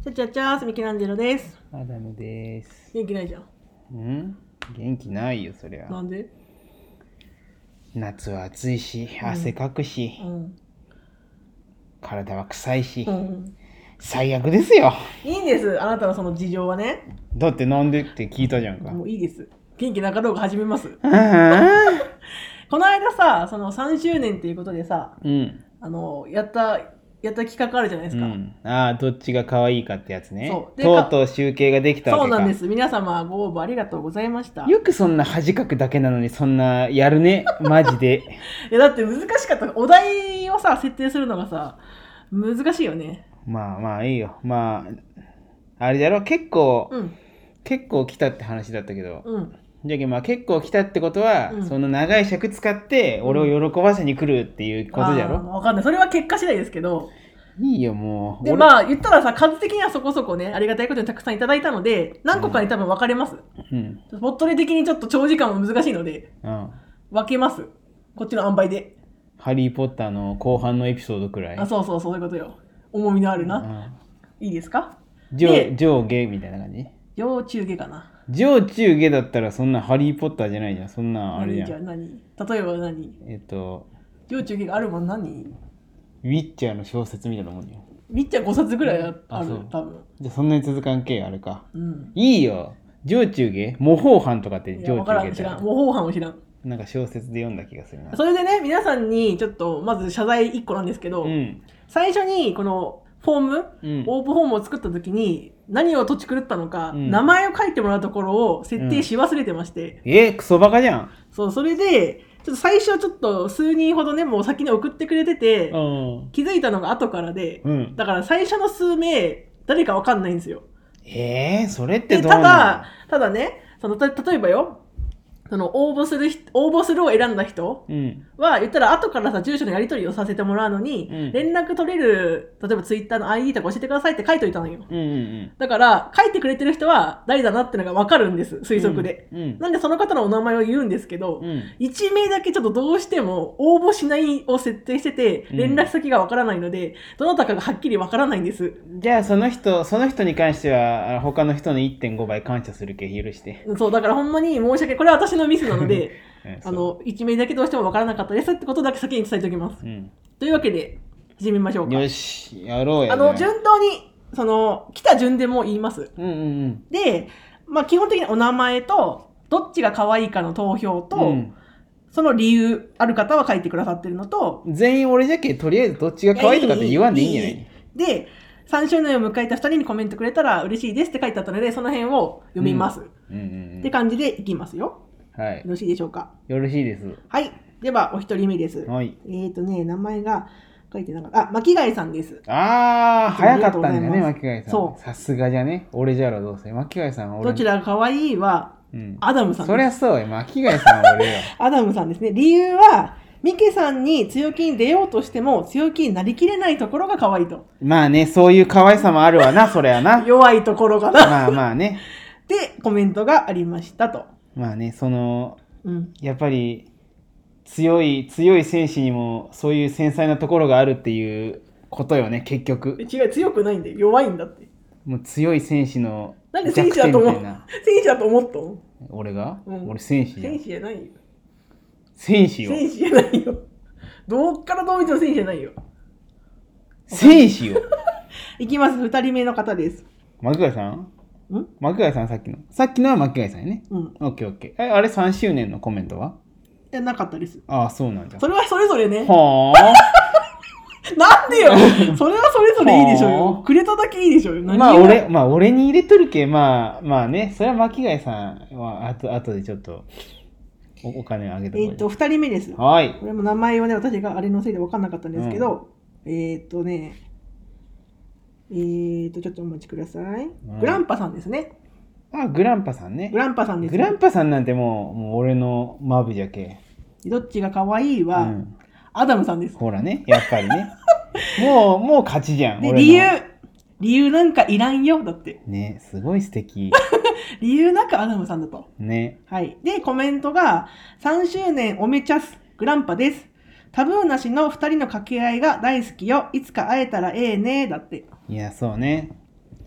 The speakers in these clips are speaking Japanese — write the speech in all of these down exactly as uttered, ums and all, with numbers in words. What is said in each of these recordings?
ちゃちゃちゃーす、ミケランジェロです。 アダムです。 元気ないじゃん。 うん？元気ないよ、そりゃ。 なんで？ 夏は暑いし、汗かくし、 うん、 体は臭いし、 うん、 最悪ですよ。 いいんです、あなたのその事情はね。 だってなんでって聞いたじゃんか。 もういいです。元気なかろうが始めます。 この間さ、そのさんしゅうねんっていうことでさ、 うん。 あの、やった、やった企画あるじゃないですか。 うん、ああ、どっちが可愛いかってやつね。 そうとうとう集計ができたわけか。 そうなんです。皆様ご応募ありがとうございました。 よくそんな恥かくだけなのにそんなやるね、マジで。 いやだって難しかった。お題をさ、設定するのがさ、難しいよね。 まあまあいいよ。まあ、あれだろ、結構、うん、結構来たって話だったけど。うん。じゃけまあ結構来たってことは、うん、その長い尺使って俺を喜ばせに来るっていうことじゃろ、うん、 わかんない。それは結果次第ですけど。 いいよもう。 でまあ言ったらさ、数的にはそこそこね、ありがたいことにたくさんいただいたので、何個かに多分分かれます。うん。ボットレ的にちょっと長時間も難しいので、うん、分けます。こっちの塩梅で。 ハリーポッターの後半のエピソードくらい。 あ、そうそうそういうことよ。重みのあるな。うん、いいですか？ 上上下みたいな感じ？ 上中下かな。 上中下だったらそんなハリーポッターじゃないじゃん。そんなあれじゃん。 じゃあ何？例えば何？えっと上中下があるもん何？ ウィッチャーの小説みたいなもんよ。 ウィッチャーごさつぐらいある、多分。 じゃあそんなに続かんけあれか。うん、いいよ。上中下模倣犯とかって上中下って知らん。 模倣犯を知らん。 なんか小説で読んだ気がするな。 それでね、皆さんにちょっとまず謝罪いっこなんですけど、うん、最初にこのフォーム、うん、オープンフォームを作った時に何を土地狂ったのか、うん、名前を書いてもらうところを設定し忘れてまして、 うん、えー、クソバカじゃん。 そう、それでちょっと最初ちょっと数人ほどねもう先に送ってくれてて、うん、気づいたのが後からで、うん、だから最初の数名誰か分かんないんですよ。 えー、それってどうなの？ ただただね、そのた例えばよ、その応募する応募するを選んだ人は、うん、言ったら後からさ住所のやり取りをさせてもらうのに、うん、連絡取れる例えばツイッターの アイディー とか教えてくださいって書いといたのよ、うんうんうん、だから書いてくれてる人は誰だなってのが分かるんです、推測で、うんうん、なんでその方のお名前を言うんですけど、うん、いち名だけちょっとどうしても応募しないを設定してて連絡先が分からないので、うん、どなたかがはっきり分からないんです。 じゃあその人その人に関しては他の人の いってんご 倍感謝するけ許して。 そうだからほんまに申し訳、これは私のミスなのであのいち名だけどうしても分からなかったですってことだけ先に伝えておきます、うん、というわけで始めましょうか。 よしやろうや、ね、 あの順当にその来た順でも言います、うんうんうん、で、まあ、基本的にお名前とどっちが可愛いかの投票と、うん、その理由ある方は書いてくださってるのと、 全員俺じゃけとりあえずどっちが可愛いとかって言わんでいいんじゃない？いいいいでさんしゅうねんを迎えたふたりにコメントくれたら嬉しいですって書いてあったので、その辺を読みます、うんうんうんうん、って感じでいきますよ。はい、よろしいでしょうか？ よろしいです。 はい。ではお一人目です。はい。えっ、ー、とね名前が書いてなかった。あ、巻貝さんです。 ああ早かったんだよね、巻貝さん。そう。さすがじゃね。俺じゃろどうせ。巻貝さんは俺。 どちらが可愛いは、うん、アダムさんです。 そりゃそうよ。巻貝さんは俺よ。 アダムさんですね。理由はミケさんに強気に出ようとしても強気になりきれないところが可愛いと。 まあね、そういう可愛さもあるわな、それはな。 弱いところがな。 まあまあね。 でコメントがありましたと。 まあね、その、うん、やっぱり強い強い戦士にもそういう繊細なところがあるっていうことよね、結局。 違う、強くないんで弱いんだって。 もう強い戦士のなんで戦士だと思う戦士だと思ったの？ 俺が、うん、俺戦士じゃん。 戦士じゃないよ。 戦士よ。 戦士じゃないよ。どっからどう見ても戦士じゃないよ。 戦士よ。 いきます。ふたりめの方です。 巻貝さん？ん巻貝さんさっきの。さっきのは巻貝さんやね。うん。オッケーオッケー。え、あれさんしゅうねんのコメントは？ いや、なかったです。 ああ、そうなんじゃ。 それはそれぞれね。 はあ。なんでよ。それはそれぞれいいでしょうよ。くれただけいいでしょうよ。 まあ俺、まあ俺に入れとるけ、まあまあね、それは巻貝さんはあと、あとでちょっと。お金あげて。 えっと、ふたりめです。 はい。 これも名前はね、私があれのせいで分かんなかったんですけど、うん、えっとね、えっと、ちょっとお待ちください。うん、グランパさんですね。 あ、グランパさんね。 グランパさんです、 ね。グランパさんなんてもう、もう俺のマブじゃけ。 どっちが可愛いは、うん、アダムさんです。 ほらね、やっぱりね。もう、もう勝ちじゃん。 で、理由。理由なんかいらんよ、だって。 ね、すごい素敵。 理由なくアダムさんだと。 ね。 はい。で、コメントが、さんしゅうねんおめちゃす、グランパです。タブーなしのふたりの掛け合いが大好きよ。いつか会えたらええね、だって。 いや、そうね。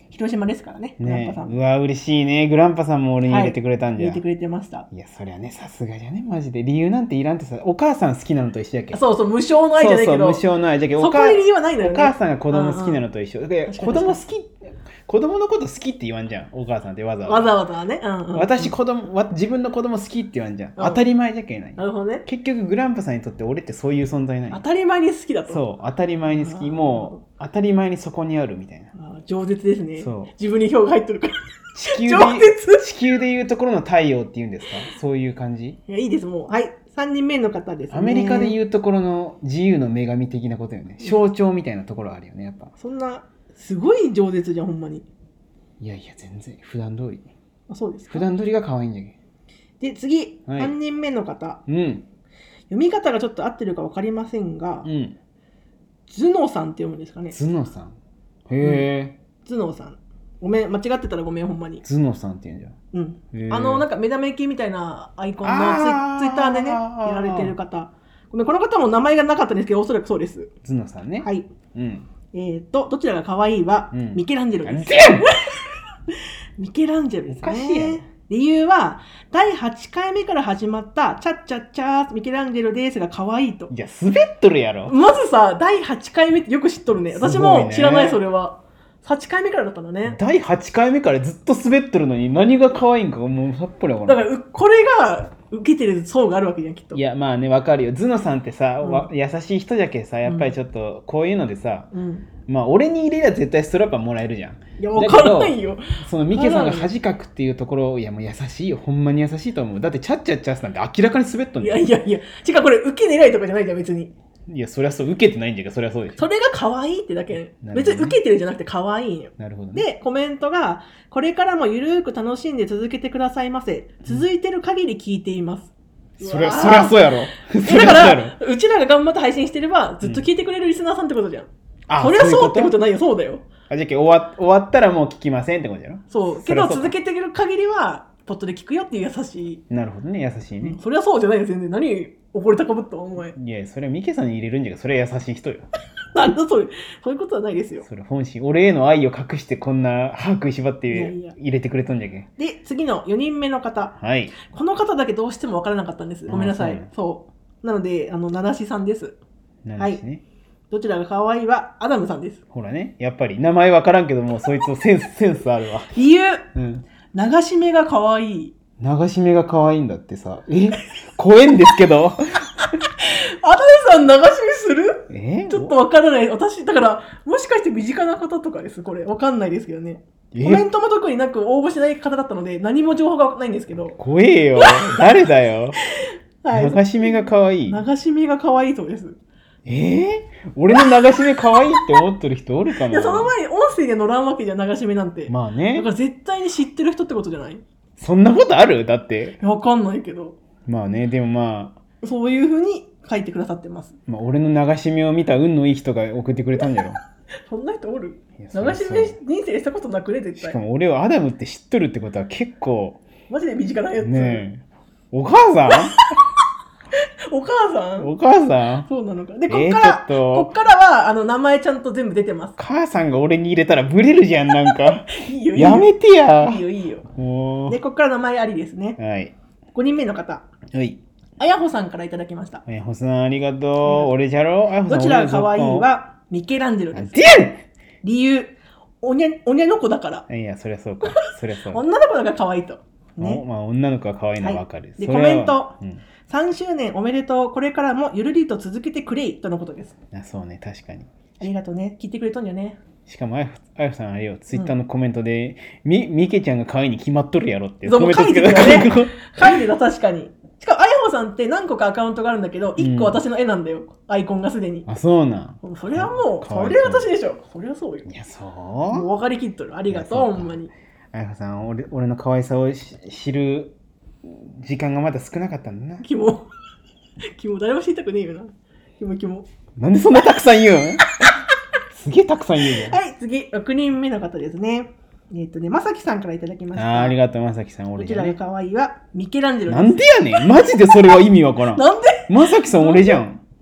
広島ですからね、 グランパさん。うわ、嬉しいね。グランパさんも俺に入れてくれたんじゃ、 はい、入れてくれてました。 いや、そりゃね、さすがじゃね、マジで。理由なんていらんってさ、お母さん好きなのと一緒やけど。 そうそう、無償の愛じゃないけど。 そうそう、無償の愛じゃけど、 そこに理由はないのよね。 お母さんが子供好きなのと一緒。うんうん、子供好き、子供のこと好きって言わんじゃん、お母さんってわざわざ。わざわざね。うんうんうん、 私子供わ、自分の子供好きって言わんじゃん。うん、当たり前じゃけない。 なるほどね。 結局、グランパさんにとって俺ってそういう存在ない。 当たり前に好きだと。 そう、当たり前に好き。もう、当たり前にそこにあるみたいな。 あ、饒舌ですね。 そう。 自分に票が入ってるから。 地球で地球でいうところの太陽って言うんですか？そういう感じ？ いや、いいです、もう。はい。さんにんめの方ですね。 アメリカでいうところの自由の女神的なことよね。象徴みたいなところあるよね、やっぱ。 そんな、すごい饒舌じゃん、ほんまに。 いやいや、全然、普段通り。 あ、そうですか。 普段通りが可愛いんじゃけ。 で、次、はい、さんにんめの方。 うん。 読み方がちょっと合ってるか分かりませんが、うん。頭脳さんって読むんですかね。 頭脳さん。へえ、 うん。頭脳さん。ごめん、間違ってたらごめん、ほんまに。 頭脳さんって言うんじゃん。 うん。あの、なんか目玉焼きみたいなアイコンのツイッターでね、やられてる方。ごめん、この方も名前がなかったんですけど、おそらくそうです。 頭脳さんね。 はい。 うん。 えっと、どちらが可愛いは、うん、ミケランジェロです。ミケランジェロですね。 おかしいやん。 理由は、だいはちかいめから始まった、チャッチャッチャーミケランジェロですが可愛いと。 いや、滑っとるやろ。 まずさ、だいはちかいめってよく知っとるね。私も知らない、それは。はちかいめからだったのね。 だいはちかいめからずっと滑ってるのに何が可愛いんかもうさっぱりわからない。だから、これが受けてる層があるわけじゃん、きっと。 いや、まあね、わかるよ。ズノさんってさ、うん、優しい人じゃけさ、やっぱりちょっとこういうのでさ、うん、まあ俺に入れりゃ絶対ストラップはもらえるじゃん。 いや、わからないよ。 そのミケさんが恥かくっていうところ、いやもう優しいよ。ほんまに優しいと思う。だってチャッチャッチャスなんて明らかに滑っとんねん。いやいやいや、違う、これ受け狙いとかじゃないじゃん、別に。 いや、そりゃそう、受けてないんだけど、そりゃそうでしょ。 それが可愛いってだけ。別に受けてるじゃなくて可愛いんよ。 なるほどね。 で、コメントが、これからもゆるーく楽しんで続けてくださいませ。続いてる限り聞いています。 そりゃ、そりゃそうやろ。 だから、うちらが頑張って配信してれば、ずっと聞いてくれるリスナーさんってことじゃん。うん、あ、そりゃそうってことないよ、そうだよ。 あ、じゃあ終わ、終わったらもう聞きませんってことじゃろ。 そう。けど続けてる限りは、ポットで聞くよっていう優しい。 なるほどね、優しいね。 うん、そりゃそうじゃないよ、全然。何怒り高ぶったお前。 いや、それはミケさんに入れるんじゃが、それは優しい人よ。 なんだそれ。そういうことはないですよ。 それ本心。俺への愛を隠してこんな歯食いしばって入れてくれたんじゃけ。 で、次のよにんめの方。 はい。 この方だけどうしても分からなかったんです。ごめんなさい。そうそう。なので、あの、ななしさんです。 ななしね。はい。 どちらが可愛いはアダムさんです。 ほらね。やっぱり名前分からんけども、そいつのセンス、センスあるわ。 理由。うん。流し目が可愛い。 流し目が可愛いんだってさ。え怖えんですけど。 アダムさん流し目する？ えちょっとわからない。私、だから、もしかして身近な方とかです。これ。わかんないですけどね。コメントも特になく応募しない方だったので、何も情報がないんですけど。 怖えよ。誰だよ。はい、流し目が可愛い。 流し目が可愛いそうです。 えー、俺の流し目可愛いって思ってる人おるかな。 いや、その前に音声で乗らんわけじゃん、流し目なんて。 まあね。 だから絶対に知ってる人ってことじゃない？ そんなことある？だって。 わかんないけど。 まあね、でもまあ。そういう風に書いてくださってます。 まあ、俺の流し目を見た運のいい人が送ってくれたんじゃろ。 そんな人おる？流し目人生したことなくね、絶対。 しかも俺はアダムって知っとるってことは結構。 マジで身近なやつ。 ねえ。お母さんお母さんお母さんそうなのか。で、こっから、えー、こっからは、あの、名前ちゃんと全部出てます。 母さんが俺に入れたらブレるじゃん、なんか。 いいよ、いいよ。やめてや。 いいよ、いいよ。もうで、こっから名前ありですね。 はい。 ごにんめの方。 はい。 あやほさんからいただきました。 あやほさん、ありがとう。うん、俺じゃろ？あやほさん。 どちらが可愛いは、ミケランジェロです。理由、おにゃ、おにゃの子だから。 いや、そりゃそうか。そりゃそう。 女の子だから可愛いと。 ね。まあ、女の子が可愛いのはわかる。 はい、で、コメント。うん、さんしゅうねんおめでとう。これからもゆるりと続けてくれいとのことです。 あ、そうね、確かに。 ありがとうね。聞いてくれとんよね。 しかもあやふさんあれよ、ツイッターのコメントで、うん、み、みけちゃんが可愛いに決まっとるやろってコメントつけたね。書いてた、確かに。しかも、あやほさんって何個かアカウントがあるんだけど、いっこ私の絵なんだよ。うん、アイコンがすでに。 あ、そうなん。 それはもう、それは私でしょ。それはそうよ。 いや、そうもう分かりきっとる。ありがとう、ほんまに。 あやほさん、俺、俺の可愛さを知る時間がまだ少なかったんだな。 キモ。キモ、誰も知りたくねえよな。キモキモ。 なんでそんなたくさん言うんすげえたくさん言うじゃん。 はい、次、ろくにんめの方ですね。えっとね、まさきさんからいただきました。 あ, ありがとう、まさきさん。俺じゃ、ね。どちらが可愛いは、ミケランジェロです。なんでやねんマジでそれは意味わからん。 なんでまさきさん俺じゃん。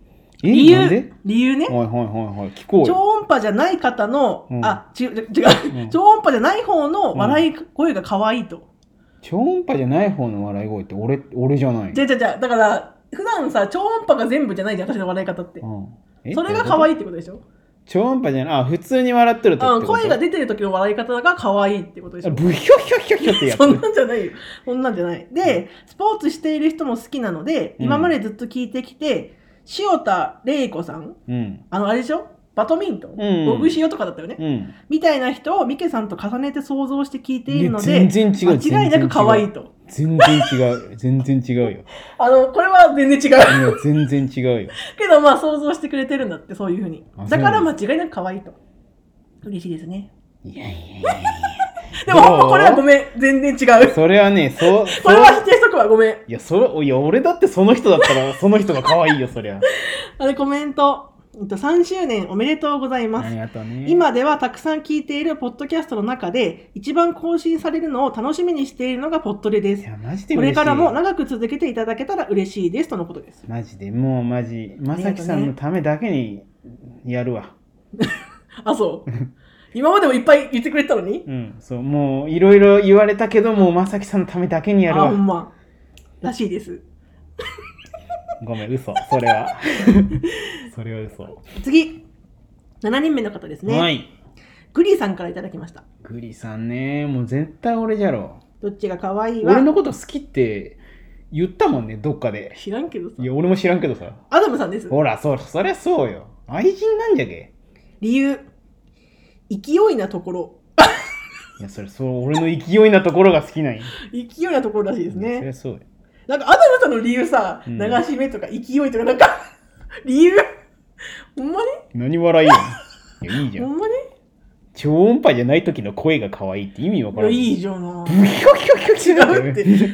理由なんで理由ね。 はいはいはいはい。聞こうよ。 超音波じゃない方の、うん、あ、違う、違う、うん、超音波じゃない方の笑い声が可愛いと。うん、 超音波じゃない方の笑い声って俺、俺じゃない。 じゃじゃじゃだから、普段さ、超音波が全部じゃないじゃん、私の笑い方って。うん、それが可愛いってことでしょ。 超音波じゃない、あ、普通に笑ってるとってこと。声が出てる時の笑い方が可愛いってことでしょ。 ブヒョヒョヒョヒョってやつ。 そんなんじゃないよ。そんなんじゃない。で、スポーツしている人も好きなので、今までずっと聞いてきて、塩田玲子さん、うん、あの、あれでしょバドミントン、オグシオとかだったよね、うん、みたいな人をミケさんと重ねて想像して聞いているので、 全然違う、 間違いなく可愛いと。 全然違う、全然違うよ。 あの、これは全然違う。 いや、全然違うよ。 けどまあ想像してくれてるんだって、そういうふうに。だから間違いなく可愛いと。嬉しいですね。 いやいやいやいや。 でもほんまこれはごめん、全然違う。 それはね、そう。 これは否定しとくわ、ごめん。 いや、そいや俺だってその人だったら、その人が可愛いよ、そりゃ。 あれ、コメント。さんしゅうねんおめでとうございます。 ありがとうね。 今ではたくさん聞いているポッドキャストの中で、一番更新されるのを楽しみにしているのがポットレです。 いや、マジで嬉しい。 これからも長く続けていただけたら嬉しいですとのことです。 マジで、もうマジ、まさきさんのためだけにやるわ。 あ、そう。今までもいっぱい言ってくれたのに？ うん、そう、もういろいろ言われたけども、まさきさんのためだけにやるわ。 あ、ほんま。らしいです。 ごめん、嘘。それは。それは嘘。 次。しちにんめの方ですね。 はい。 グリさんからいただきました。 グリさんね、もう絶対俺じゃろ。 どっちが可愛いわ。 俺のこと好きって言ったもんね、どっかで。 知らんけどさ。 いや、俺も知らんけどさ。 アダムさんです。 ほら、そ、そりゃそうよ。愛人なんじゃけ。 理由。勢いなところ。 いや、それ、そう、俺の勢いなところが好きなんや。 勢いなところらしいですね。 そりゃそうよ。 なんかアダムさんの理由さ、うん、流し目とか勢いとかなんか理由ほんまに何笑いやん。いや、いいじゃん。 ほんまに超音波じゃない時の声が可愛いって意味わからん。 いや、いいじゃんな。 ブヒョヒョヒョ違うって。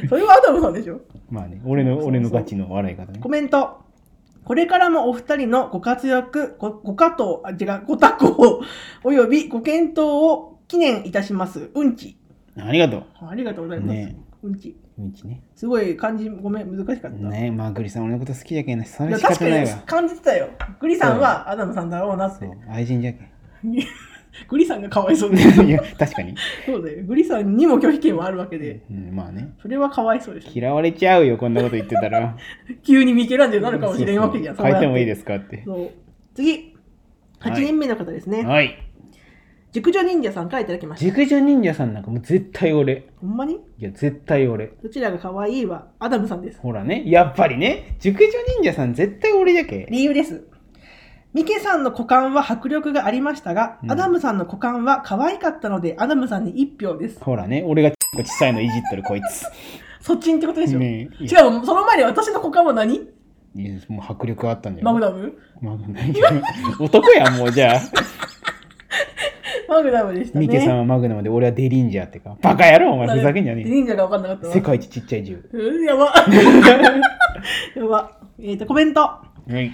それはアダムさんでしょ。 まあね、俺の、俺のガチの笑い方ね。 コメント。これからもお二人のご活躍、ご、ご加藤、あ、違う、ご多幸およびご健闘を記念いたします。うんち。 ありがとう。 ありがとうございます。ね、うんち。 うんちね。 すごい漢字ごめん、難しかった。 ねえ、まあグリさん俺のこと好きじゃけんね。それ仕方ないわ。 確かに感じてたよ。グリさんはアダムさんだろうなって。 そう愛人じゃけん。 グリさんがかわいそうで。 いや、確かに。 そうだよ。グリさんにも拒否権はあるわけで。 うん、まあね。 それはかわいそうです。 嫌われちゃうよ、こんなこと言ってたら。 急にミケランジェになるかもしれんわけじゃん。 そうそう変えてもいいですかって。 そう。次。はちにんめの方ですね。 はい。 熟女忍者さんからいただきました。 熟女忍者さんなんかもう絶対俺。 ほんまに？ いや、絶対俺。 どちらが可愛いはアダムさんです。 ほらね。やっぱりね。熟女忍者さん絶対俺じゃけ。 理由です。ミケさんの股間は迫力がありましたが、うん、アダムさんの股間は可愛かったので、アダムさんにいち票です。 ほらね。俺が小さいのいじってるこいつ。 そっちんってことでしょ、 ね、 違う、その前に私の股間は何？ いや、もう迫力あったんじゃない？マグダム？ マグダム。男やん、もうじゃあ。 マグダムでしたね。 ミケさんはマグダムで、俺はデリンジャーってか。バカ野郎、お前ふざけんじゃねえ。 デリンジャーが分かんなかったわ。 世界一ちっちゃい銃。 うん、やば。やば。えっと、コメント。はい。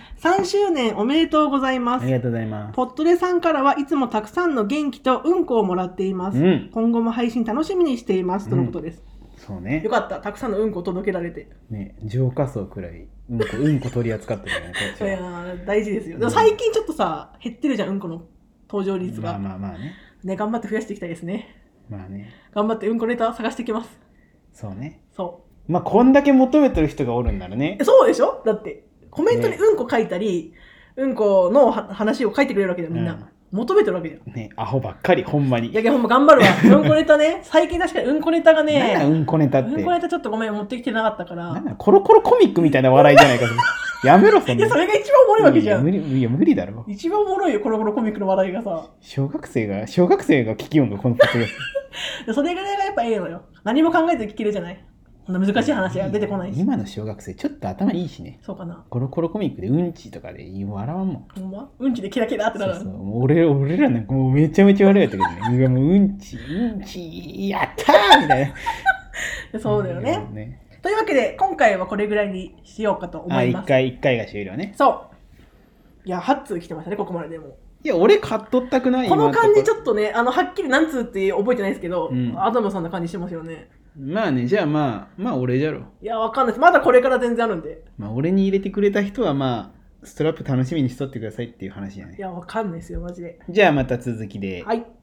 さんしゅうねんおめでとうございます。 ありがとうございます。 ポットレさんからはいつもたくさんの元気とうんこをもらっています。うん、今後も配信楽しみにしています。とのことです。 うん、そうね。 よかった。たくさんのうんこを届けられて。 ね、浄化層くらい、うんこ、うんこ取り扱ってるね。 いやー、大事ですよ。でも最近ちょっとさ、減ってるじゃん、うんこの登場率が。 まあまあまあね。 ね、頑張って増やしていきたいですね。 まあね。 頑張ってうんこネタ探していきます。 そうね。 そう。 まあ、こんだけ求めてる人がおるんならね。 そうでしょ？だって、コメントにうんこ書いたり、ね、うんこの話を書いてくれるわけだよ、みんな。うん、求めてるわけだよ。 ね、アホばっかり、ほんまに。 いやいや、ほんま頑張るわ。うんこネタね。最近確かにうんこネタがね。 なんうんこネタって。 うんこネタちょっとごめん、持ってきてなかったから。 なんコロコロコミックみたいな笑いじゃないか。やめろ、そんな。 いや、それが一番おもろいわけじゃん。 いや、無理、いや、無理だろ。 一番おもろいよ、コロコロコミックの笑いがさ。 小学生が、小学生が聞きよんがこのポッドキャスト。それぐらいがやっぱええのよ。何も考えず聞けるじゃない。こんな難しい話が出てこないし。 今の小学生、ちょっと頭いいしね。 そうかな。 コロコロコミックでうんちとかで笑わんもん。 ほんま？うんちでキラキラってなる。 そうそう。もう俺、俺らなんかもうめちゃめちゃ笑いやったけどね。もううんち、うんち、やったーみたいな。そうだよね。ねというわけで、今回はこれぐらいにしようかと思います。 あ、一回、一回が終了ね。 そう。いや、はち通来てましたね、ここまででも。 いや、俺買っとったくない？ この感じちょっとね、あの、はっきり何通って覚えてないですけど、うん、アダムさんな感じしてますよね。 まあね、じゃあまあ、まあ俺じゃろ。 いや、わかんないです。まだこれから全然あるんで。 まあ俺に入れてくれた人はまあ、 ストラップ楽しみにしとってくださいっていう話じゃない。 いや、わかんないですよ、マジで。 じゃあまた続きで。 はい。